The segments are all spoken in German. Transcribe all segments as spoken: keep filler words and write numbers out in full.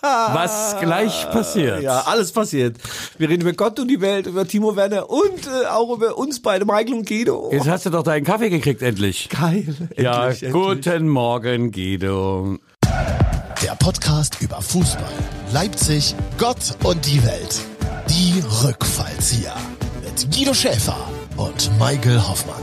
was gleich passiert. Ja, alles passiert. Wir reden über Gott und die Welt, über Timo Werner und äh, auch über uns beide, Michael und Guido. Jetzt hast du doch deinen Kaffee gekriegt, endlich. Geil. Ja, endlich, guten endlich. Morgen, Guido. Der Podcast über Fußball, Leipzig, Gott und die Welt. Die Rückfallzieher mit Guido Schäfer und Michael Hoffmann.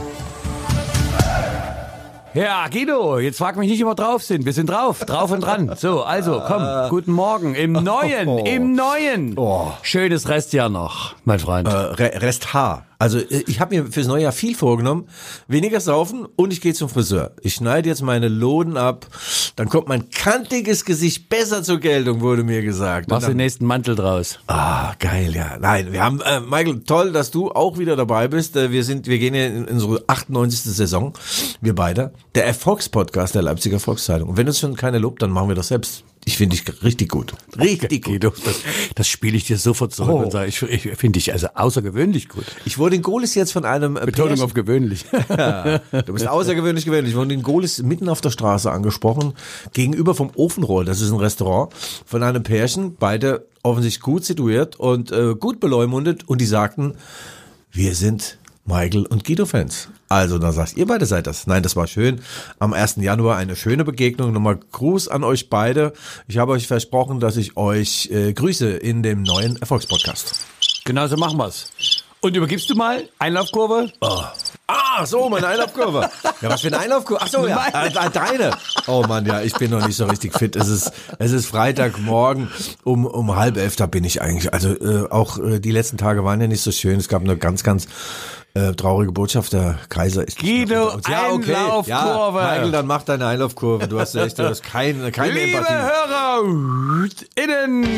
Ja, Guido, jetzt frag mich nicht, ob wir drauf sind. Wir sind drauf, drauf und dran. So, also, komm, guten Morgen. Im Neuen, Oh. im Neuen. Oh. Schönes Restjahr noch, mein Freund. Äh, Re- Rest Haar. Also äh, ich habe mir fürs neue Jahr viel vorgenommen. Weniger saufen und ich gehe zum Friseur. Ich schneide jetzt meine Loden ab. Dann kommt mein kantiges Gesicht besser zur Geltung, wurde mir gesagt. Machst Und den dann, nächsten Mantel draus. ah, geil, ja. Nein, wir haben, äh, Michael, toll, dass du auch wieder dabei bist. Äh, wir sind, wir gehen ja in, in unsere achtundneunzigste Saison. Wir beide. Der Erfolgspodcast der Leipziger Volkszeitung. Und wenn uns schon keiner lobt, dann machen wir das selbst. Ich finde dich richtig gut. Richtig gut. Guido, das, das spiele ich dir sofort zurück Oh. und sage, ich, ich finde dich also außergewöhnlich gut. Ich wurde in Golis jetzt von einem äh, Betonung Pärchen- auf gewöhnlich. Ja, du bist außergewöhnlich gewöhnlich. Ich wurde in Golis mitten auf der Straße angesprochen, gegenüber vom Ofenroll, das ist ein Restaurant, von einem Pärchen, beide offensichtlich gut situiert und äh, gut beleumundet und die sagten, wir sind Michael und Guido-Fans. Also, da sagt ihr beide seid das. Nein, das war schön. Am ersten Januar eine schöne Begegnung. Nochmal Gruß an euch beide. Ich habe euch versprochen, dass ich euch äh, grüße in dem neuen Erfolgspodcast. Genau so machen wir's. Und übergibst du mal Einlaufkurve? Oh. Ah, so, meine Einlaufkurve. Ja, was für eine Einlaufkurve? Ach so, ja, äh, deine. Oh Mann, ja, ich bin noch nicht so richtig fit. Es ist, es ist Freitagmorgen um, um halb elf, da bin ich eigentlich. Also äh, auch äh, die letzten Tage waren ja nicht so schön. Es gab eine ganz, ganz äh, traurige Botschaft. Der Kaiser ist nicht Guido, mehr unter uns. Ja, okay. Einlaufkurve. Ja, Michael, dann mach deine Einlaufkurve. Du hast recht, du hast keine, keine Liebe Empathie. HörerInnen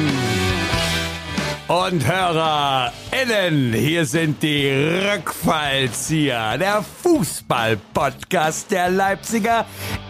und HörerInnen, hier sind die Rückfallzieher, der Fußball-Podcast der Leipziger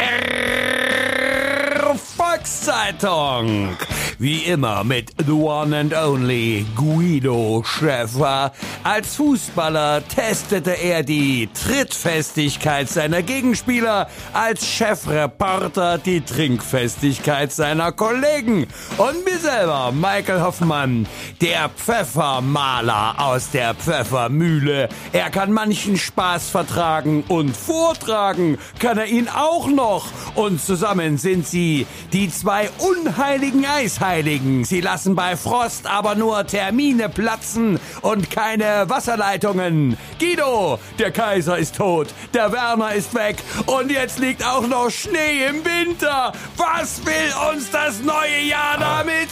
Volkszeitung. Wie immer mit the one and only Guido Schäfer. Als Fußballer testete er die Trittfestigkeit seiner Gegenspieler, als Chefreporter die Trinkfestigkeit seiner Kollegen. Und mir selber, Michael Hoffmann, der Pfeffermaler aus der Pfeffermühle. Er kann manchen Spaß vertragen und vortragen kann er ihn auch noch. Und zusammen sind sie die zwei unheiligen Eisheiligen. Sie lassen bei Frost aber nur Termine platzen und keine Wasserleitungen. Guido, der Kaiser ist tot, der Werner ist weg und jetzt liegt auch noch Schnee im Winter. Was will uns das neue Jahr damit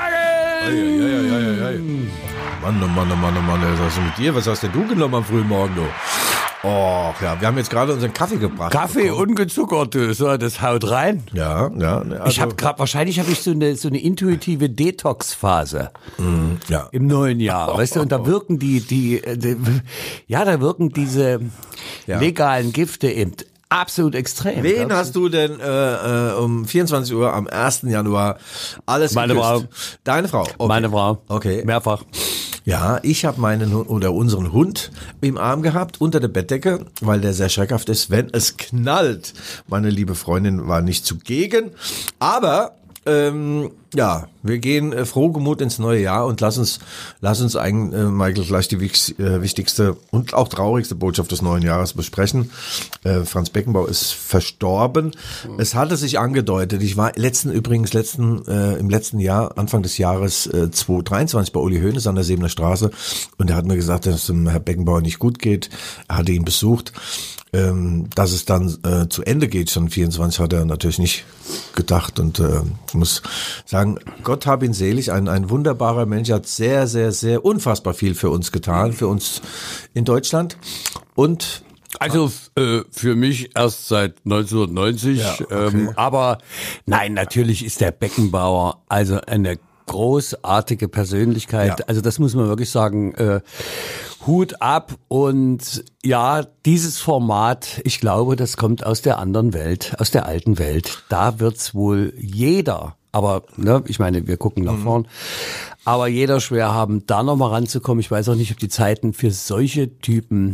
sagen? Mann, oh Mann, oh Mann, oh Mann, was ist denn mit dir? Was hast denn du genommen am frühen Morgen, du? Oh, ja, wir haben jetzt gerade unseren Kaffee gebracht. Kaffee ungezuckert, du, so, das haut rein. Ja, ja. Also, Ich habe gerade, wahrscheinlich habe ich so eine so eine intuitive Detox-Phase ja. im neuen Jahr, weißt du, und da wirken die, die, die ja, da wirken diese Ja. legalen Gifte eben absolut extrem. Wen glaubst hast du denn äh, äh, um vierundzwanzig Uhr am ersten Januar alles Meine geküsst? Frau. Deine Frau? Okay. Meine Frau. Okay. Mehrfach. Ja, ich habe meinen Hund oder unseren Hund im Arm gehabt, unter der Bettdecke, weil der sehr schreckhaft ist, wenn es knallt. Meine liebe Freundin war nicht zugegen, aber ähm, ja, wir gehen äh, frohgemut ins neue Jahr und lass uns, lass uns eigentlich, äh, Michael, gleich die wix, äh, wichtigste und auch traurigste Botschaft des neuen Jahres besprechen. Äh, Franz Beckenbauer ist verstorben. Es hatte sich angedeutet. Ich war letzten übrigens letzten äh, im letzten Jahr, Anfang des Jahres äh, zweitausenddreiundzwanzig bei Uli Hoeneß an der Sebener Straße und er hat mir gesagt, dass es dem Herr Beckenbauer nicht gut geht. Er hatte ihn besucht. Ähm, dass es dann äh, zu Ende geht, schon vierundzwanzig hat er natürlich nicht gedacht und äh, ich muss sagen, Gott hab ihn selig, ein, ein wunderbarer Mensch, hat sehr, sehr, sehr unfassbar viel für uns getan, für uns in Deutschland und Also äh, für mich erst seit neunzehnhundertneunzig, Ja, okay. ähm, aber nein, natürlich ist der Beckenbauer also eine großartige Persönlichkeit. Ja. Also das muss man wirklich sagen. Äh, Hut ab und ja, dieses Format, ich glaube, das kommt aus der anderen Welt, aus der alten Welt. Da wird's wohl jeder, aber ne, ich meine, wir gucken nach vorn, aber jeder schwer haben, da nochmal ranzukommen. Ich weiß auch nicht, ob die Zeiten für solche Typen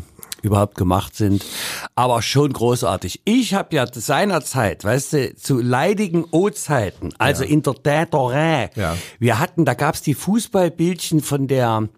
überhaupt gemacht sind, aber schon großartig. Ich habe ja seinerzeit, weißt du, zu leidigen O-Zeiten, also ja. in der Täterei, ja. wir hatten, da gab's die Fußballbildchen von der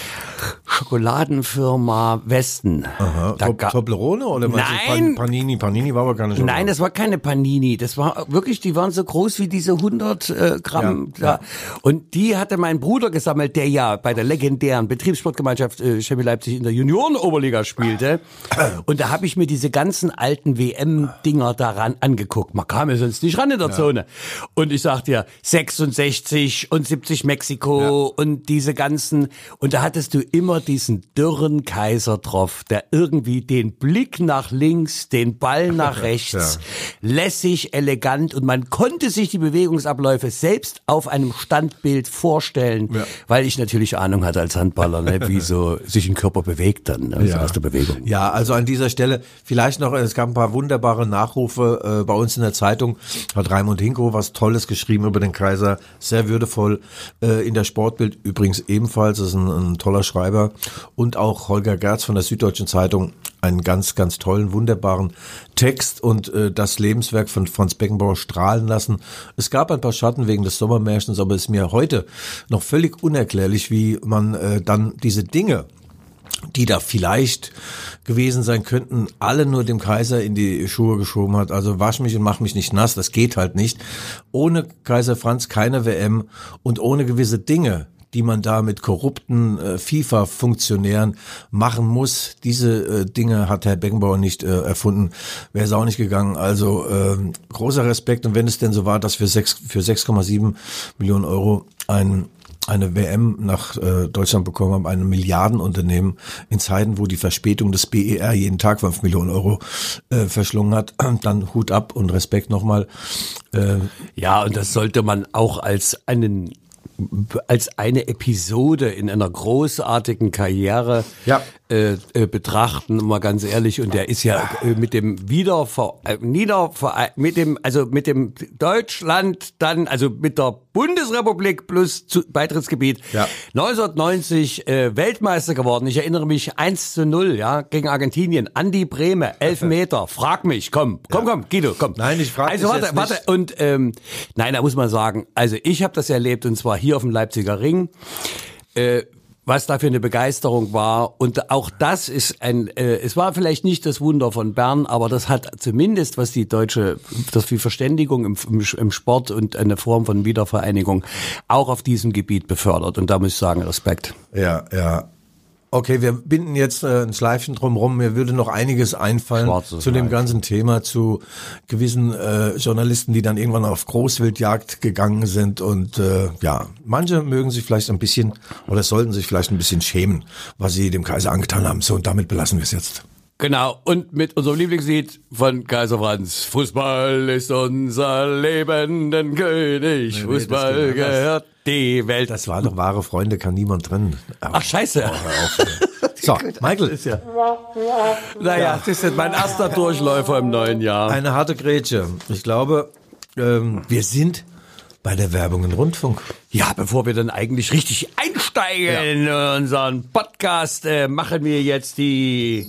Schokoladenfirma Westen. Aha. Da Top, Toblerone oder Nein. Panini? Panini war aber keine Schokolade. Nein, das war keine Panini. Das war wirklich, die waren so groß wie diese hundert äh, Gramm. Ja, da. ja. Und die hatte mein Bruder gesammelt, der ja bei der legendären Betriebssportgemeinschaft äh, Chemie Leipzig in der Juniorenoberliga spielte. Und da habe ich mir diese ganzen alten W M-Dinger daran angeguckt. Man kam ja sonst nicht ran in der ja. Zone. Und ich sag dir, sechsundsechzig und siebzig Mexiko ja. und diese ganzen. Und da hattest du immer diesen dürren Kaiser drauf, der irgendwie den Blick nach links, den Ball nach rechts, ja. lässig, elegant, und man konnte sich die Bewegungsabläufe selbst auf einem Standbild vorstellen, ja. weil ich natürlich Ahnung hatte als Handballer, ne, wie so sich ein Körper bewegt dann, also ja. aus der Bewegung. Ja, also an dieser Stelle vielleicht noch, es gab ein paar wunderbare Nachrufe äh, bei uns in der Zeitung, hat Raimund Hinko was Tolles geschrieben über den Kaiser, sehr würdevoll, äh, in der Sportbild übrigens ebenfalls, das ist ein, ein toller Schreiber, und auch Holger Gerz von der Süddeutschen Zeitung, einen ganz, ganz tollen, wunderbaren Text und äh, das Lebenswerk von Franz Beckenbauer strahlen lassen. Es gab ein paar Schatten wegen des Sommermärchens, aber es ist mir heute noch völlig unerklärlich, wie man äh, dann diese Dinge, die da vielleicht gewesen sein könnten, alle nur dem Kaiser in die Schuhe geschoben hat. Also wasch mich und mach mich nicht nass, das geht halt nicht. Ohne Kaiser Franz keine W M und ohne gewisse Dinge, die man da mit korrupten äh, FIFA-Funktionären machen muss. Diese äh, Dinge hat Herr Beckenbauer nicht äh, erfunden. Wäre es auch nicht gegangen. Also äh, großer Respekt. Und wenn es denn so war, dass wir sechs, für sechs Komma sieben Millionen Euro ein eine W M nach äh, Deutschland bekommen haben, ein Milliardenunternehmen in Zeiten, wo die Verspätung des B E R jeden Tag fünf Millionen Euro äh, verschlungen hat, dann Hut ab und Respekt nochmal. Äh, ja, und das sollte man auch als einen als eine Episode in einer großartigen Karriere ja. äh, äh, betrachten, mal ganz ehrlich. Und der ist ja äh, mit dem Wiederver äh, Niederver mit dem also mit dem Deutschland dann also mit der Bundesrepublik plus zu, Beitrittsgebiet ja. neunzehnhundertneunzig äh, Weltmeister geworden. Ich erinnere mich eins zu null, ja, gegen Argentinien. Andi Brehme, elf Meter. Frag mich, komm, komm, ja. komm, Guido, komm. Nein, ich frage Also dich warte, jetzt warte. nicht. Und ähm, nein, da muss man sagen, also ich habe das erlebt, und zwar hier auf dem Leipziger Ring. Äh, was da für eine Begeisterung war. Und auch das ist ein, äh, es war vielleicht nicht das Wunder von Bern, aber das hat zumindest, was die deutsche, das die Verständigung im, im, im Sport und eine Form von Wiedervereinigung auch auf diesem Gebiet befördert. Und da muss ich sagen, Respekt. Ja, ja. Okay, wir binden jetzt äh, ein Schleifchen drumherum. Mir würde noch einiges einfallen Schwarzes zu dem Schleif. ganzen Thema, zu gewissen äh, Journalisten, die dann irgendwann auf Großwildjagd gegangen sind. Und äh, ja, manche mögen sich vielleicht ein bisschen oder sollten sich vielleicht ein bisschen schämen, was sie dem Kaiser angetan haben. So, und damit belassen wir es jetzt. Genau, und mit unserem Lieblingslied von Kaiser Franz. Fußball ist unser lebenden König. Nee, nee, Fußball das gehört die Welt. Das waren doch wahre Freunde, kann niemand trennen. Ach, scheiße. Oh, hör auf, so, Michael. Ist ja. Naja, das ist jetzt mein erster Durchläufer im neuen Jahr. Eine harte Grätsche. Ich glaube, ähm, wir sind bei der Werbung im Rundfunk. Ja, bevor wir dann eigentlich richtig einsteigen ja. in unseren Podcast, äh, machen wir jetzt die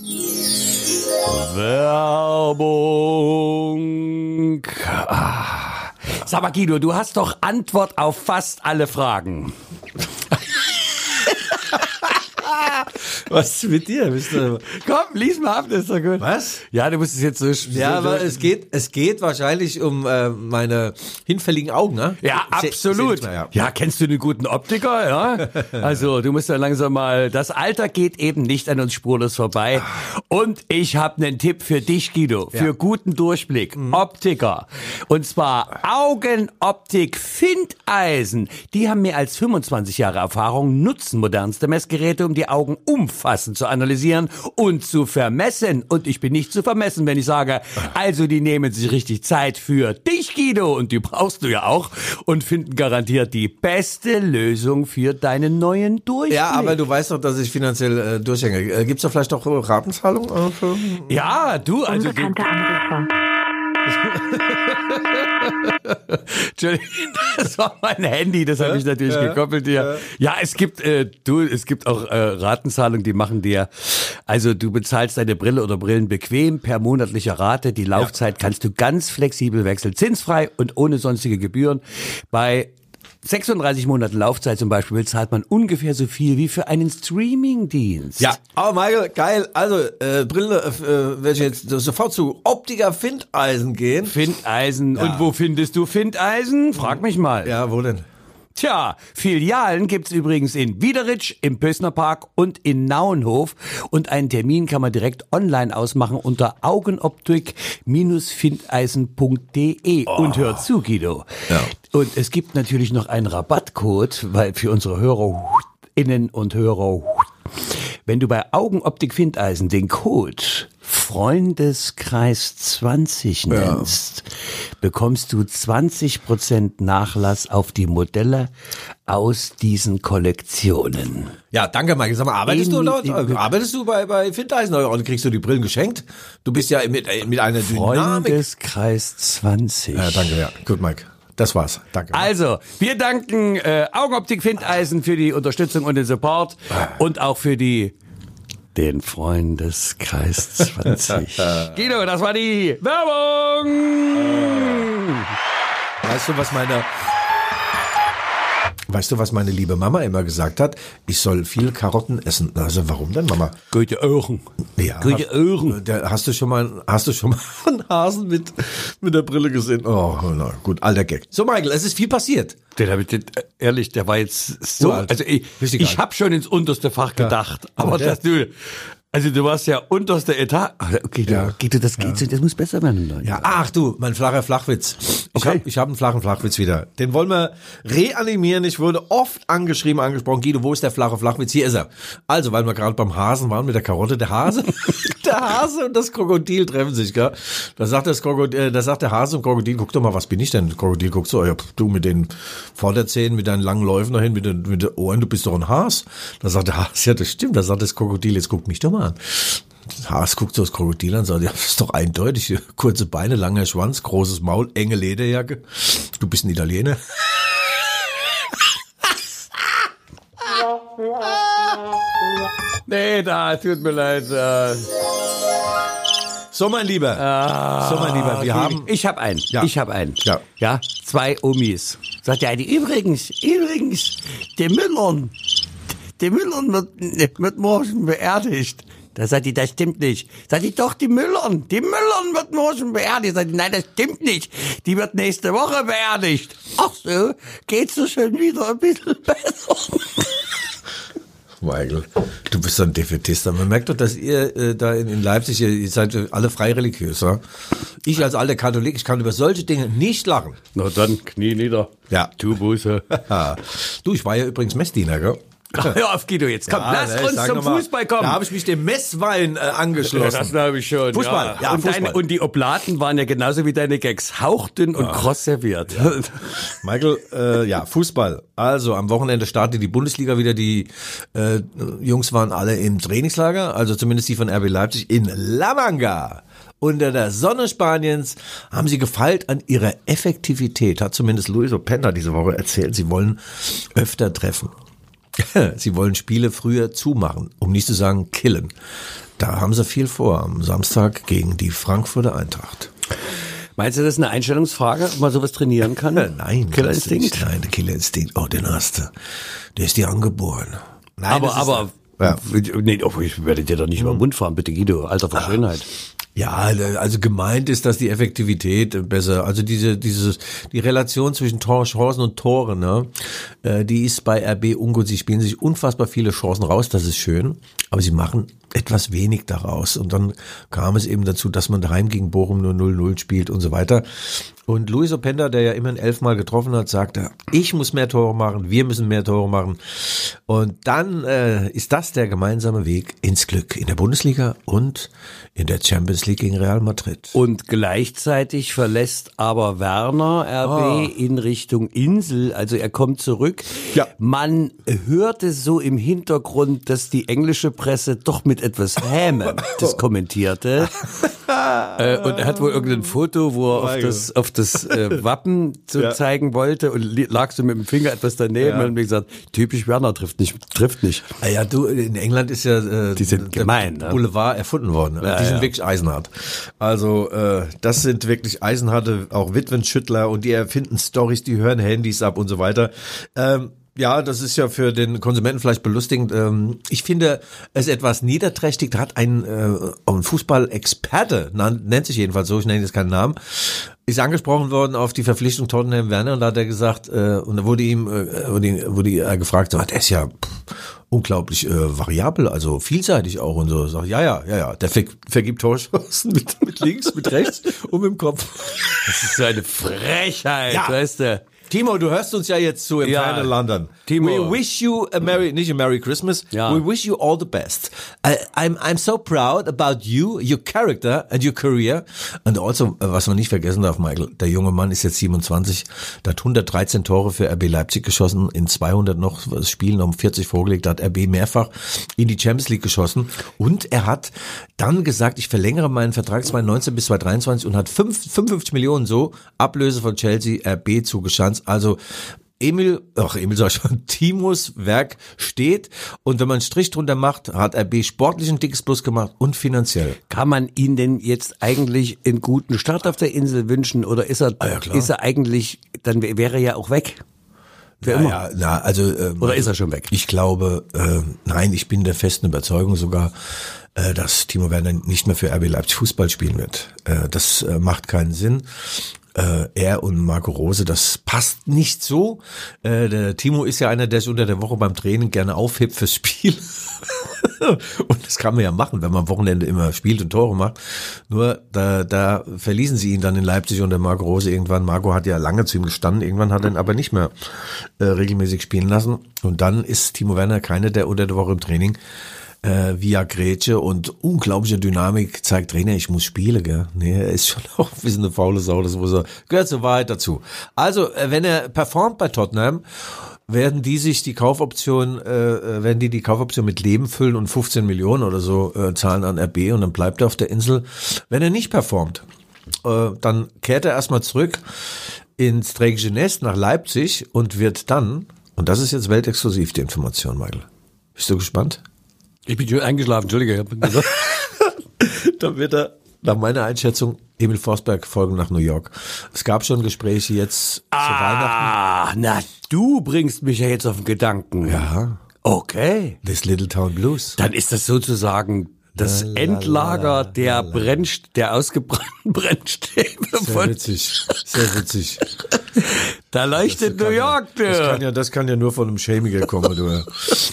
Werbung. Ah. Sag mal, Guido, du hast doch Antwort auf fast alle Fragen. Was ist mit dir? Bist du Komm, lies mal ab, das ist doch gut. Was? Ja, du musst es jetzt so... Ja, so, aber es geht, es geht wahrscheinlich um äh, meine hinfälligen Augen, ne? Ja, Se- absolut. Mehr, ja. ja, kennst du einen guten Optiker? Ja. Also, du musst ja langsam mal... Das Alter geht eben nicht an uns spurlos vorbei. Und ich habe einen Tipp für dich, Guido, für Ja. guten Durchblick. Mhm. Optiker. Und zwar Augenoptik Findeisen. Die haben mehr als fünfundzwanzig Jahre Erfahrung, nutzen modernste Messgeräte, um die Augen umfassend zu analysieren und zu vermessen. Und ich bin nicht zu vermessen, wenn ich sage, also die nehmen sich richtig Zeit für dich, Guido, und die brauchst du ja auch, und finden garantiert die beste Lösung für deinen neuen Durchblick. Ja, aber du weißt doch, dass ich finanziell äh, durchhänge. Äh, gibt's da vielleicht auch äh, Ratenzahlung? Äh, für Ja, du, also du, Unbekannter Anrufer. Entschuldigung, das war mein Handy, das habe ich natürlich ja, gekoppelt hier. Ja. ja, es gibt, äh, du, es gibt auch äh, Ratenzahlungen, die machen dir, also du bezahlst deine Brille oder Brillen bequem per monatlicher Rate. Die Laufzeit ja. kannst du ganz flexibel wechseln, zinsfrei und ohne sonstige Gebühren. Bei sechsunddreißig Monaten Laufzeit zum Beispiel zahlt man ungefähr so viel wie für einen Streamingdienst. Ja, aber Michael, geil. Also äh, Brille, äh, welche jetzt sofort zu Optiker Findeisen gehen. Findeisen. Ja. Und wo findest du Findeisen? Frag mich mal. Ja, wo denn? Tja, Filialen gibt's übrigens in Wiederitsch, im Pößner Park und in Nauenhof. Und einen Termin kann man direkt online ausmachen unter augenoptik findeisen punkt de. Oh. Und hört zu, Guido. Ja. Und es gibt natürlich noch einen Rabattcode, weil für unsere HörerInnen und Hörer, wenn du bei Augenoptik Findeisen den Code Freundeskreis zwanzig nennst, ja. bekommst du zwanzig Prozent Nachlass auf die Modelle aus diesen Kollektionen. Ja, danke, Mike. Sag mal, arbeitest in, du dort? In, arbeitest du bei, bei Findeisen oder kriegst du die Brillen geschenkt? Du bist ja mit, mit einer Dynamik. Freundeskreis zwanzig. Ja, danke, ja. Gut, Mike. Das war's. Danke. Also, wir danken äh, Augenoptik Findeisen für die Unterstützung und den Support und auch für die den Freundeskreis zwanzig. Guido, das war die Werbung! Weißt du, was meine... Weißt du, was meine liebe Mama immer gesagt hat? Ich soll viel Karotten essen. Also warum denn, Mama? Gute Ohren. Ja. Gute Ohren. Hast du schon mal, hast du schon mal einen Hasen mit, mit der Brille gesehen? Oh, na gut, alter Gag. So, Michael, es ist viel passiert. Den habe ich, den, ehrlich, der war jetzt so, Uralt. also ich, ich habe schon ins unterste Fach gedacht, ja. aber dass du, also du warst ja unterste Etat. Okay, du, ja. geht du, das geht so, das muss besser werden, Leute. Ja, ach du, mein flacher Flachwitz. Ich okay. habe ich hab einen flachen Flachwitz wieder. Den wollen wir reanimieren. Ich wurde oft angeschrieben, angesprochen. Guido, wo ist der flache Flachwitz? Hier ist er. Also, weil wir gerade beim Hasen waren mit der Karotte, der Hase, der Hase und das Krokodil treffen sich, gell? Da sagt das Krokodil, äh, da sagt der Hase und Krokodil, guck doch mal, was bin ich denn? Krokodil guckt so, ja, du mit den Vorderzähnen, mit deinen langen Läufen dahin, mit den, mit den Ohren, du bist doch ein Has. Da sagt der Hase, ja, das stimmt. Da sagt das Krokodil, jetzt guck mich doch mal an. Das Has guckt so das Krokodil an und sagt, ja, das ist doch eindeutig. Kurze Beine, langer Schwanz, großes Maul, enge Lederjacke. Du bist ein Italiener. Nee, da, tut mir leid. Äh So, mein Lieber. Ah, so, mein Lieber, wir okay. haben... Ich habe einen. Ja. Ich habe einen. Ja. Ja, zwei Omis. Sagt der eine, übrigens, übrigens, der Müllern, der Müllern wird, wird morgen beerdigt. Da sagt die, das stimmt nicht. Sagt die, doch, die Müllern, die Müllern wird morgen beerdigt. Sagt die, nein, das stimmt nicht. Die wird nächste Woche beerdigt. Ach so, geht's so schon wieder ein bisschen besser. Michael, du bist so ein Defätist. Man merkt doch, dass ihr äh, da in, in Leipzig, ihr, ihr seid alle frei religiös. Ja? Ich als alter Katholik, ich kann über solche Dinge nicht lachen. Na dann, Knie nieder. Ja. Tu Buße. Du, ich war ja übrigens Messdiener, gell? Hör auf, Guido, jetzt komm, ja, lass ne, uns zum Fußball kommen. Da habe ich mich dem Messwein äh, angeschlossen. Ja, das glaube ich schon. Fußball, ja. ja, und, Fußball. Deine, und die Oblaten waren ja genauso wie deine Gags, hauchdünn und ja. kross serviert. Ja. Michael, äh, ja, Fußball. Also am Wochenende startet die Bundesliga wieder. Die äh, Jungs waren alle im Trainingslager, also zumindest die von R B Leipzig in La Manga. Unter der Sonne Spaniens haben sie gefeilt an ihrer Effektivität, hat zumindest Luis Openda diese Woche erzählt. Sie wollen öfter treffen. Sie wollen Spiele früher zumachen, um nicht zu sagen killen. Da haben sie viel vor am Samstag gegen die Frankfurter Eintracht. Meinst du, das ist eine Einstellungsfrage, ob man sowas trainieren kann? Nein. Killerinstinkt? Nein, der Killerinstinkt. Oh, den hast du. Der ist dir angeboren. Nein, aber, aber, ja. nee, oh, ich werde dir doch nicht über den Mund fahren, bitte Guido, Alter vor Schönheit. Ja, also gemeint ist, dass die Effektivität besser, also diese, dieses, die Relation zwischen Torchancen und Toren, ne, die ist bei R B ungut. Sie spielen sich unfassbar viele Chancen raus, das ist schön, aber sie machen etwas wenig daraus. Und dann kam es eben dazu, dass man daheim gegen Bochum nur null null spielt und so weiter. Und Luis Openda, der ja immerhin elfmal getroffen hat, sagte, ich muss mehr Tore machen, wir müssen mehr Tore machen. Und dann äh, ist das der gemeinsame Weg ins Glück in der Bundesliga und in der Champions League gegen Real Madrid. Und gleichzeitig verlässt aber Werner R B oh. in Richtung Insel, also er kommt zurück. Ja. Man hörte so im Hintergrund, dass die englische Presse doch mit etwas häme das kommentierte. äh, und er hat wohl irgendein Foto, wo er auf das, auf das äh, Wappen so ja. zeigen wollte und li- lag so mit dem Finger etwas daneben ja. und hat mir gesagt, typisch Werner, trifft nicht, trifft nicht. Ah ja, du, in England ist ja äh, die sind gemein, der Boulevard erfunden worden. Ja, die sind ja. wirklich eisenhart. Also äh, das sind wirklich eisenharte, auch Witwenschüttler und die erfinden Storys, die hören Handys ab und so weiter. Ähm, Ja, das ist ja für den Konsumenten vielleicht belustigend. Ich finde es etwas niederträchtig. Da hat ein, ein Fußballexperte, nennt sich jedenfalls so, ich nenne jetzt keinen Namen, ist angesprochen worden auf die Verpflichtung Tottenham Werner und da hat er gesagt, und da wurde ihm, wurde, wurde er gefragt, so, der ist ja unglaublich äh, variabel, also vielseitig auch und so. Sag, ja, ja, ja, ja, der ver- vergibt Torschancen mit, mit links, mit rechts und mit dem Kopf. Das ist so eine Frechheit, ja. weißt du. Timo, du hörst uns ja jetzt zu im Ja. fernen London. Timo. We wish you a Merry, nicht a Merry Christmas. Ja. We wish you all the best. I, I'm, I'm so proud about you, your character and your career. And also, was man nicht vergessen darf, Michael, der junge Mann ist jetzt siebenundzwanzig, der hat hundertdreizehn Tore für R B Leipzig geschossen, in zweihundert noch Spielen um vierzig vorgelegt, da hat R B mehrfach in die Champions League geschossen und er hat dann gesagt, ich verlängere meinen Vertrag zweitausendneunzehn bis zweitausenddreiundzwanzig und hat fünfundfünfzig Millionen so Ablöse von Chelsea R B zugeschanzt. Also Emil, ach Emil sag ich schon, Timos Werk steht und wenn man einen Strich drunter macht, hat R B sportlich ein dickes Plus gemacht und finanziell. Kann man ihn denn jetzt eigentlich einen guten Start auf der Insel wünschen oder ist er, Ah ja, klar. ist er eigentlich, dann wäre er ja auch weg? Für Ja, immer. ja, na, also ähm, Oder ist er schon weg? Ich glaube, äh, nein, ich bin der festen Überzeugung sogar, äh, dass Timo Werner nicht mehr für R B Leipzig Fußball spielen wird. Äh, das äh, macht keinen Sinn. Äh, er und Marco Rose, das passt nicht so. Äh, der Timo ist ja einer, der sich unter der Woche beim Training gerne aufhebt fürs Spiel. Und das kann man ja machen, wenn man am Wochenende immer spielt und Tore macht. Nur da, da verließen sie ihn dann in Leipzig und der Marco Rose irgendwann. Marco hat ja lange zu ihm gestanden, irgendwann hat er ihn aber nicht mehr äh, regelmäßig spielen lassen. Und dann ist Timo Werner keiner, der unter der Woche im Training äh, via Grätsche und unglaubliche Dynamik zeigt, Trainer, ich muss spielen, gell? Nee, er ist schon auch ein bisschen eine faule Sau, das muss er, gehört so weit dazu. Also, äh, wenn er performt bei Tottenham, werden die sich die Kaufoption, äh, werden die die Kaufoption mit Leben füllen und fünfzehn Millionen oder so äh, zahlen an R B und dann bleibt er auf der Insel. Wenn er nicht performt, äh, dann kehrt er erstmal zurück ins Trägische Nest nach Leipzig und wird dann, und das ist jetzt weltexklusiv, die Information, Michael. Bist du gespannt? Ich bin schon eingeschlafen, Entschuldige. Dann wird er, nach meiner Einschätzung, Emil Forsberg folgen nach New York. Es gab schon Gespräche jetzt ah, zu Weihnachten. Na, du bringst mich ja jetzt auf den Gedanken. Ja. Okay. This Little Town Blues. Dann ist das sozusagen das La, la, Endlager la, la, der la. Brennst, der ausgebrannten Brennstäbe Sehr von. witzig, sehr witzig. Da leuchtet New York, du. Das kann ja, das kann ja nur von einem Schämiger kommen, du.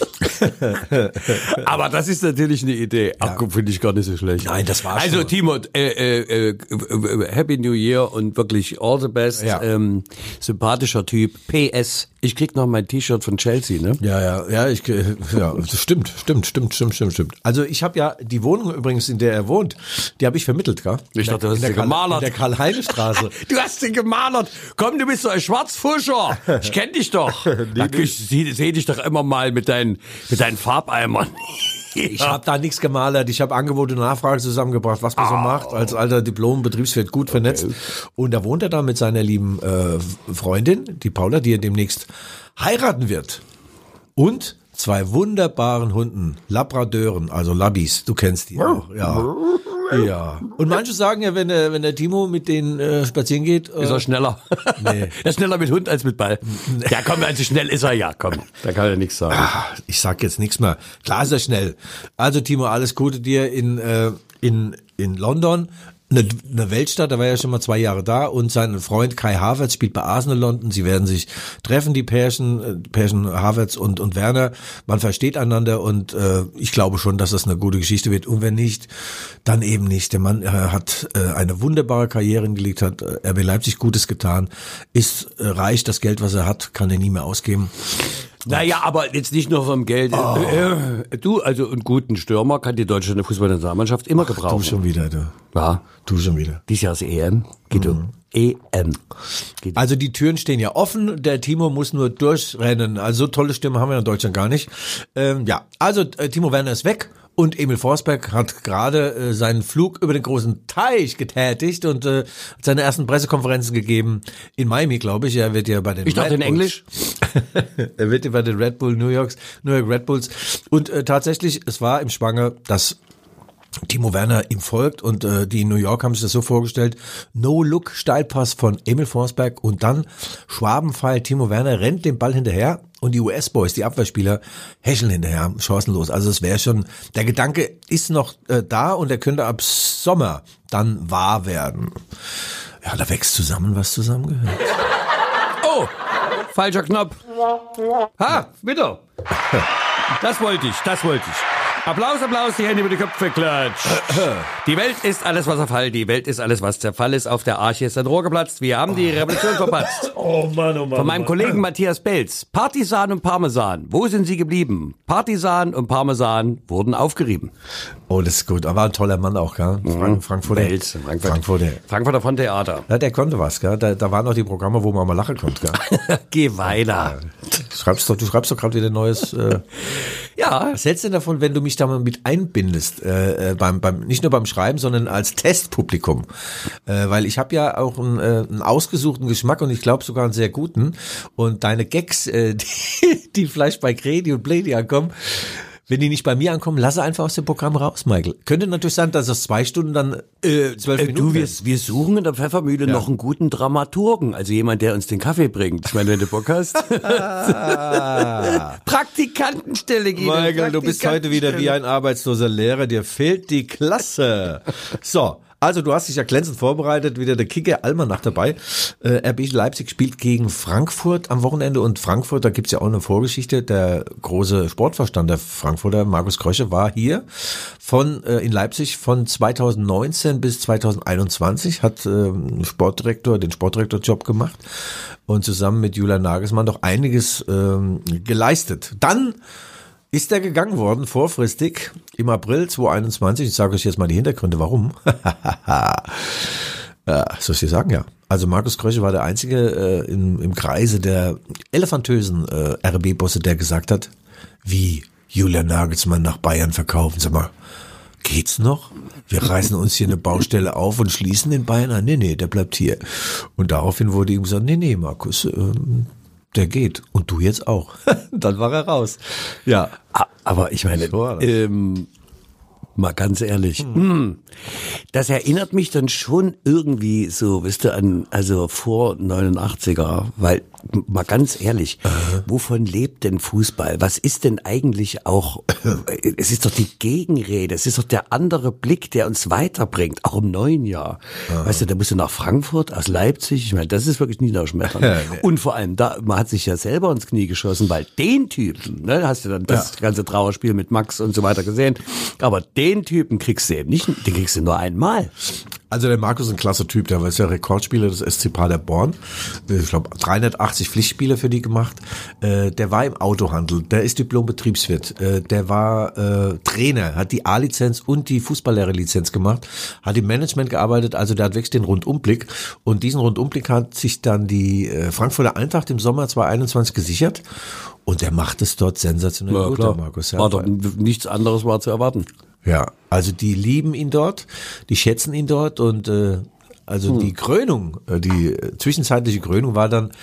Aber das ist natürlich eine Idee. Ach, finde ich gar nicht so schlecht. Nein, das war's Also schon. Timo, äh, äh, äh, Happy New Year und wirklich all the best. Ja. Ähm, sympathischer Typ. P S. Ich krieg noch mein T-Shirt von Chelsea, ne? Ja, ja, ja, ich, ja, das stimmt, stimmt, stimmt, stimmt, stimmt, stimmt. Also ich habe ja die Wohnung übrigens, in der er wohnt, die habe ich vermittelt, gell? Ich dachte, du hast in der sie Karl- gemalert. In der Karl-Heine-Straße. Du hast sie gemalert. Komm, du bist so ein Schwarzfuscher. Ich kenn dich doch. Nee, nee. Ich sehe seh dich doch immer mal mit deinen, mit deinen Farbeimern. Ich habe da nichts gemalert, ich habe Angebot und Nachfrage zusammengebracht, was man so macht, als alter Diplom-Betriebswirt gut vernetzt. Und da wohnt er da mit seiner lieben äh, Freundin, die Paula, die er demnächst heiraten wird. Und zwei wunderbaren Hunden, Labradören, also Labbis, du kennst die auch, ja. Ja. Und manche sagen ja, wenn der, wenn der Timo mit denen äh, spazieren geht, äh, Ist er schneller? Nee. Er ist schneller mit Hund als mit Ball. Ja, komm, also schnell ist er ja, komm. Da kann er nichts sagen. Ah, ich sag jetzt nichts mehr. Klar ist er schnell. Also Timo, alles Gute dir in äh, in in London. Eine, eine Weltstadt, da war er schon mal zwei Jahre da und sein Freund Kai Havertz spielt bei Arsenal London. Sie werden sich treffen, die Pärchen, äh, Pärchen Havertz und und Werner. Man versteht einander und äh, ich glaube schon, dass das eine gute Geschichte wird. Und wenn nicht, dann eben nicht. Der Mann äh, hat äh, eine wunderbare Karriere hingelegt, hat äh, R B Leipzig Gutes getan, ist äh, reich, das Geld, was er hat, kann er nie mehr ausgeben. Naja, aber jetzt nicht nur vom Geld. Oh. Äh, du, also einen guten Stürmer kann die deutsche Fußballnationalmannschaft immer gebrauchen. Du schon wieder, du. Ja, Du schon wieder. dieses Jahr ist E M. Guido. Mhm. E M. Also die Türen stehen ja offen, der Timo muss nur durchrennen. Also so tolle Stimme haben wir in Deutschland gar nicht. Ähm, ja, also äh, Timo Werner ist weg. Und Emil Forsberg hat gerade äh, seinen Flug über den großen Teich getätigt und äh, hat seine ersten Pressekonferenzen gegeben in Miami, glaube ich. Er wird ja bei den Ich dachte in Englisch. Er wird ja bei den Red Bull New Yorks, New York Red Bulls. Und äh, tatsächlich, es war im Schwange, dass Timo Werner ihm folgt und äh, die in New York haben sich das so vorgestellt, No-Look, Steilpass von Emil Forsberg und dann Schwabenpfeil, Timo Werner rennt den Ball hinterher und die U S-Boys, die Abwehrspieler, häscheln hinterher, chancenlos. Also es wäre schon, der Gedanke ist noch äh, da und er könnte ab Sommer dann wahr werden. Ja, da wächst zusammen, was zusammengehört. Oh, falscher Knopf. Ha, bitte. Das wollte ich, das wollte ich. Applaus, Applaus, die Hände über die Köpfe klatscht. Die Welt ist alles, was auf Hall, die Welt ist alles, was Zerfall ist. Auf der Arche ist ein Rohr geplatzt. Wir haben die Revolution verpatzt. Oh Mann, oh Mann. Von meinem Kollegen Matthias Belz. Partisan und Parmesan. Wo sind sie geblieben? Partisan und Parmesan wurden aufgerieben. Oh, das ist gut. Er war ein toller Mann auch, gell? Frank, Frankfurter. Belz, Frankfurt. Frankfurter. Frankfurter von Theater. Ja, der konnte was, gell? Da, da waren noch die Programme, wo man mal lachen konnte, gell? Geh weiter. Du schreibst doch, du schreibst doch gerade wieder neues. Äh, ja. Was hältst du denn davon, wenn du mich da mal mit einbindest, äh, beim, beim, nicht nur beim Schreiben, sondern als Testpublikum? Äh, weil ich habe ja auch einen, äh, einen ausgesuchten Geschmack und ich glaube sogar einen sehr guten. Und deine Gags, äh, die, die vielleicht bei Gredi und Bledi ankommen, wenn die nicht bei mir ankommen, lasse einfach aus dem Programm raus, Michael. Könnte natürlich sein, dass es zwei Stunden dann äh, zwölf äh, Minuten Du, wir, wir suchen in der Pfeffermühle ja. noch einen guten Dramaturgen, also jemand, der uns den Kaffee bringt. Ich meine, wenn du Bock hast. Praktikantenstelle geht. Michael, du bist heute wieder wie ein arbeitsloser Lehrer, dir fehlt die Klasse. So. Also du hast dich ja glänzend vorbereitet, wieder der Kicker Almanach dabei. Äh, R B Leipzig spielt gegen Frankfurt am Wochenende und Frankfurt, da gibt's ja auch eine Vorgeschichte. Der große Sportvorstand der Frankfurter, Markus Krösche, war hier von äh, in Leipzig von zweitausendneunzehn bis zweitausendeinundzwanzig, hat äh, Sportdirektor, den Sportdirektorjob gemacht und zusammen mit Julian Nagelsmann doch einiges ähm, geleistet. Dann ist er gegangen worden, vorfristig, im April zweitausendeinundzwanzig. Ich sage euch jetzt mal die Hintergründe, warum. ja, soll ich dir sagen, ja. Also Markus Krösche war der Einzige äh, im, im Kreise der elefantösen äh, R B-Bosse, der gesagt hat, wie Julian Nagelsmann nach Bayern verkaufen. Sag mal, geht's noch? Wir reißen uns hier eine Baustelle auf und schließen den Bayern an. Nee, nee, der bleibt hier. Und daraufhin wurde ihm gesagt, nee, nee, Markus, ähm, der geht. Und du jetzt auch. Dann war er raus. Ja. Aber ich meine, ähm, mal ganz ehrlich, hm. das erinnert mich dann schon irgendwie so, wisst ihr, an, also vor neunundachtziger, weil, mal ganz ehrlich, uh-huh. wovon lebt denn Fußball? Was ist denn eigentlich auch, es ist doch die Gegenrede, es ist doch der andere Blick, der uns weiterbringt, auch im neuen Jahr. Uh-huh. Weißt du, da musst du nach Frankfurt, aus Leipzig, ich meine, das ist wirklich niederschmetternd. Ja, nee. Und vor allem, da, man hat sich ja selber ins Knie geschossen, weil den Typen, ne, hast du dann das ja. ganze Trauerspiel mit Max und so weiter gesehen, aber den Typen kriegst du eben nicht, den kriegst du nur einmal. Also der Markus ist ein klasse Typ, der war ja Rekordspieler des S C Paderborn. Ich glaube, dreihundertachtzig Pflichtspiele für die gemacht. Der war im Autohandel, der ist Diplom-Betriebswirt, der war äh, Trainer, hat die A-Lizenz und die Fußballlehrerlizenz gemacht, hat im Management gearbeitet, also der hat wirklich den Rundumblick. Und diesen Rundumblick hat sich dann die äh, Frankfurter Eintracht im Sommer zweitausendeinundzwanzig gesichert. Und der macht es dort sensationell ja, gut, klar. der Markus. Ja, war doch nichts anderes war zu erwarten. Ja, also die lieben ihn dort, die schätzen ihn dort und äh, also hm. die Krönung, äh, die äh, zwischenzeitliche Krönung war dann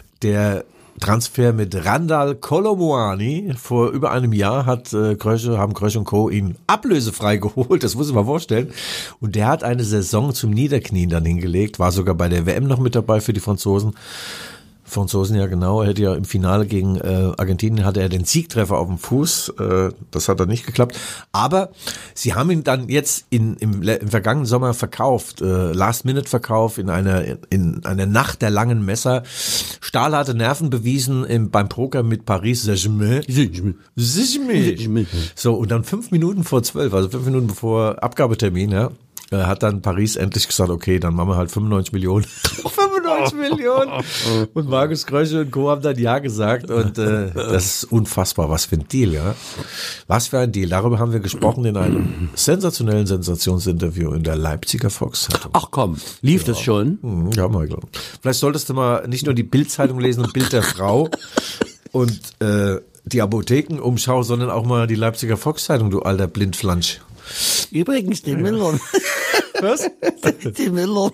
der Transfer mit Randal Kolomoani. Vor über einem Jahr hat äh, Krösche, haben Krösche und Co. ihn ablösefrei geholt, das muss ich mal vorstellen. Und der hat eine Saison zum Niederknien dann hingelegt, war sogar bei der W M noch mit dabei für die Franzosen. Franzosen, ja genau, er hätte ja im Finale gegen äh, Argentinien hatte er den Siegtreffer auf dem Fuß, äh, das hat dann nicht geklappt, aber sie haben ihn dann jetzt in, im, im vergangenen Sommer verkauft, äh, Last-Minute-Verkauf in einer in einer Nacht der langen Messer, stahlharte Nerven bewiesen im, beim Poker mit Paris Saint-Germain. So, und dann fünf Minuten vor zwölf, also fünf Minuten bevor Abgabetermin, ja, äh, hat dann Paris endlich gesagt, okay, dann machen wir halt fünfundneunzig Millionen. fünfundneunzig Millionen. Und Markus Krösche und Co. haben dann ja gesagt und äh, das ist unfassbar, was für ein Deal, ja. Was für ein Deal. Darüber haben wir gesprochen in einem sensationellen Sensationsinterview in der Leipziger Volkszeitung. Ach komm, lief ja. das schon? Ja, Michael. Vielleicht solltest du mal nicht nur die Bild-Zeitung lesen und Bild der Frau und äh, die Apothekenumschau, sondern auch mal die Leipziger Volkszeitung, du alter Blindflansch. Übrigens, die Müller. Was? Die Müller.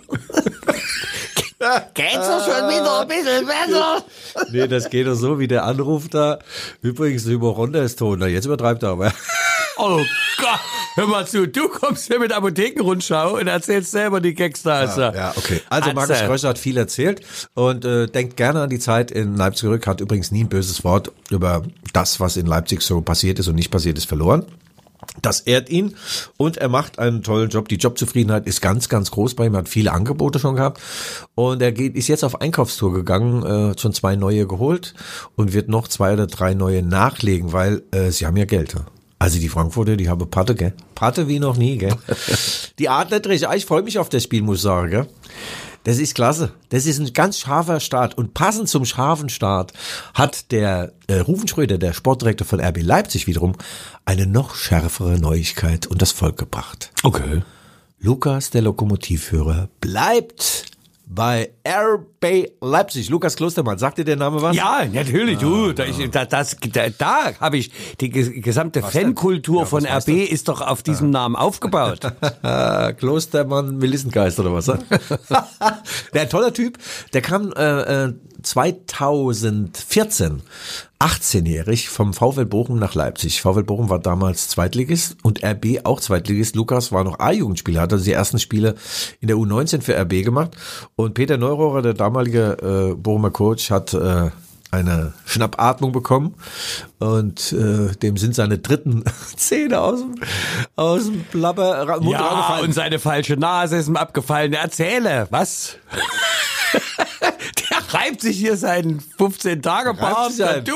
Geht's doch schon wieder ein bisschen besser? Nee, das geht doch so, wie der Anruf da. Übrigens, der Hypochonder ist tot. Na, jetzt übertreibt er aber. Oh Gott, hör mal zu, du kommst hier mit Apothekenrundschau und erzählst selber die Gags da. Also. Ja, ja, okay. Also Markus Krösche hat viel erzählt und äh, denkt gerne an die Zeit in Leipzig zurück, hat übrigens nie ein böses Wort über das, was in Leipzig so passiert ist und nicht passiert ist, verloren. Das ehrt ihn und er macht einen tollen Job. Die Jobzufriedenheit ist ganz, ganz groß bei ihm. Er hat viele Angebote schon gehabt und er geht, ist jetzt auf Einkaufstour gegangen, äh, schon zwei neue geholt und wird noch zwei oder drei neue nachlegen, weil äh, sie haben ja Geld. Also die Frankfurter, die haben Patte, gell? Patte wie noch nie, gell? Die Adlertriche, ich freue mich auf das Spiel, muss ich sagen, gell? Das ist klasse. Das ist ein ganz scharfer Start. Und passend zum scharfen Start hat der äh, Rufen Schröder, der Sportdirektor von R B Leipzig wiederum, eine noch schärfere Neuigkeit und das Volk gebracht. Okay. Lukas, der Lokomotivführer, bleibt bei R B Leipzig. Lukas Klostermann, sagt dir der Name was? Ja, natürlich, ah, du, da, ich, da, das, da, da habe ich, die gesamte was Fankultur ja, von R B ist doch auf diesem ah. Namen aufgebaut. Klostermann, Melissengeist oder was? Der toller Typ, der kam äh, zweitausendvierzehn, achtzehnjährig vom VfL Bochum nach Leipzig. VfL Bochum war damals Zweitligist und R B auch Zweitligist. Lukas war noch A-Jugendspieler, hat also die ersten Spiele in der U neunzehn für R B gemacht. Und Peter Neurohrer, der damalige äh, Bochumer Coach, hat äh, eine Schnappatmung bekommen und äh, dem sind seine dritten Zähne aus dem, aus dem Blabber Mund ja, rausgefallen. Und seine falsche Nase ist ihm abgefallen. Erzähle, was? Der reibt sich hier seinen fünfzehn-Tage-Bart. Du?